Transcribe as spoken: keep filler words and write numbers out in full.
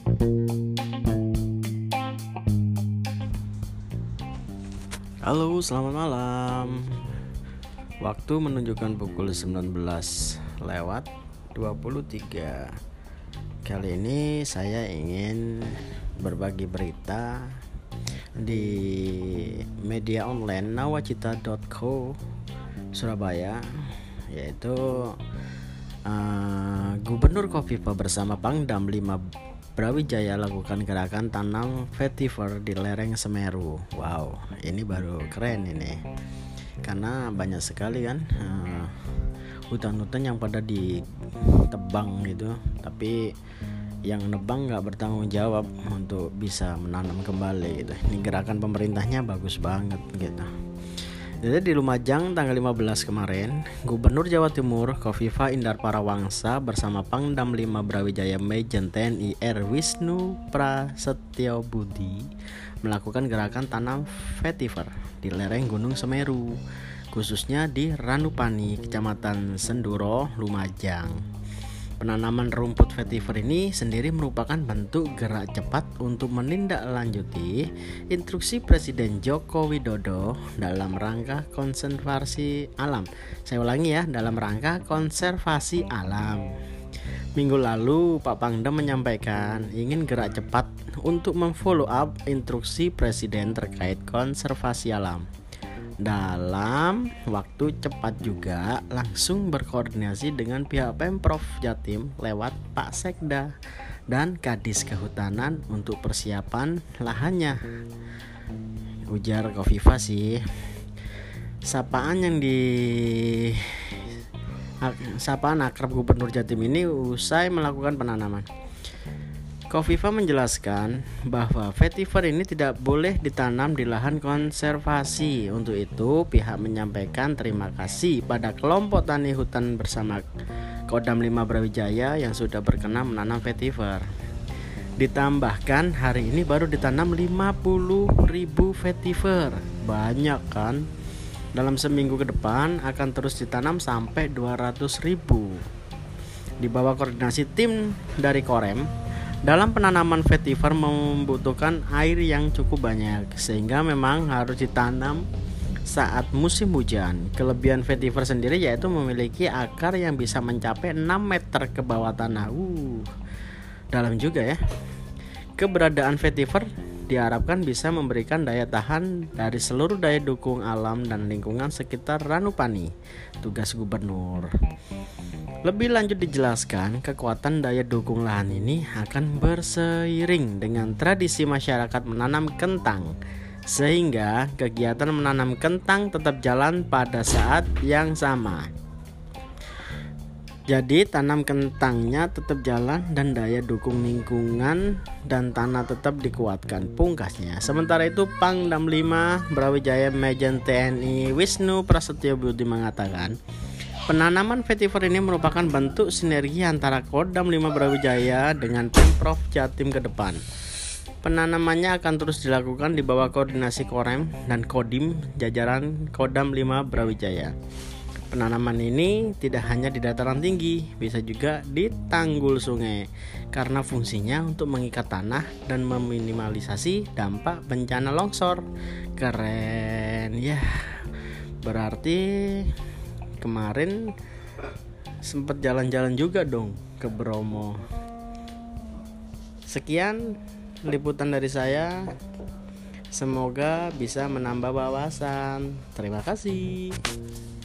Halo, selamat malam. Waktu menunjukkan pukul sembilan belas lewat dua puluh tiga. Kali ini saya ingin berbagi berita di media online nawacita dot co Surabaya, yaitu uh, Gubernur Kofifa bersama Pangdam lima Brawijaya lakukan gerakan tanam vetiver di lereng Semeru. Wow, ini baru keren ini, karena banyak sekali kan uh, hutan-hutan yang pada ditebang gitu, tapi yang nebang nggak bertanggung jawab untuk bisa menanam kembali gitu. Ini gerakan pemerintahnya bagus banget gitu. Jadi di Lumajang tanggal lima belas kemarin, Gubernur Jawa Timur Kofifa Indar Parawangsa bersama Pangdam lima Brawijaya Majen T N I R Wisnu Prasetyo Budi melakukan gerakan tanam vetiver di lereng Gunung Semeru, khususnya di Ranupani, Kecamatan Senduro, Lumajang. Penanaman rumput vetiver ini sendiri merupakan bentuk gerak cepat untuk menindaklanjuti instruksi Presiden Joko Widodo dalam rangka konservasi alam. Saya ulangi ya, dalam rangka konservasi alam. Minggu lalu Pak Pangdam menyampaikan ingin gerak cepat untuk memfollow up instruksi Presiden terkait konservasi alam. Dalam waktu cepat juga langsung berkoordinasi dengan pihak Pemprov Jatim lewat Pak Sekda dan Kadis Kehutanan untuk persiapan lahannya. Ujar Kofifa sih, sapaan yang di sapaan akrab Gubernur Jatim ini usai melakukan penanaman. Kofifa menjelaskan bahwa vetiver ini tidak boleh ditanam di lahan konservasi. Untuk itu, pihak menyampaikan terima kasih pada kelompok tani hutan bersama Kodam lima Brawijaya yang sudah berkenan menanam vetiver. Ditambahkan hari ini baru ditanam lima puluh ribu vetiver. Banyak kan? Dalam seminggu ke depan akan terus ditanam sampai dua ratus ribu. Di bawah koordinasi tim dari Korem, dalam penanaman vetiver membutuhkan air yang cukup banyak, sehingga memang harus ditanam saat musim hujan. Kelebihan vetiver sendiri yaitu memiliki akar yang bisa mencapai enam meter ke bawah tanah. Uh, dalam juga ya. Keberadaan vetiver diharapkan bisa memberikan daya tahan dari seluruh daya dukung alam dan lingkungan sekitar Ranupani. Tugas Gubernur. Lebih lanjut dijelaskan, kekuatan daya dukung lahan ini akan berseiring dengan tradisi masyarakat menanam kentang, sehingga kegiatan menanam kentang tetap jalan pada saat yang sama. Jadi tanam kentangnya tetap jalan dan daya dukung lingkungan dan tanah tetap dikuatkan, pungkasnya. Sementara itu Pangdam lima Brawijaya Majen T N I Wisnu Prasetyo Budi mengatakan, penanaman vetiver ini merupakan bentuk sinergi antara Kodam lima Brawijaya dengan Pemprov Jatim ke depan. Penanamannya akan terus dilakukan di bawah koordinasi Korem dan Kodim jajaran Kodam lima Brawijaya. Penanaman ini tidak hanya di dataran tinggi, bisa juga di tanggul sungai, karena fungsinya untuk mengikat tanah dan meminimalisasi dampak bencana longsor. Keren ya. Berarti kemarin sempat jalan-jalan juga dong ke Bromo. Sekian liputan dari saya. Semoga bisa menambah wawasan. Terima kasih.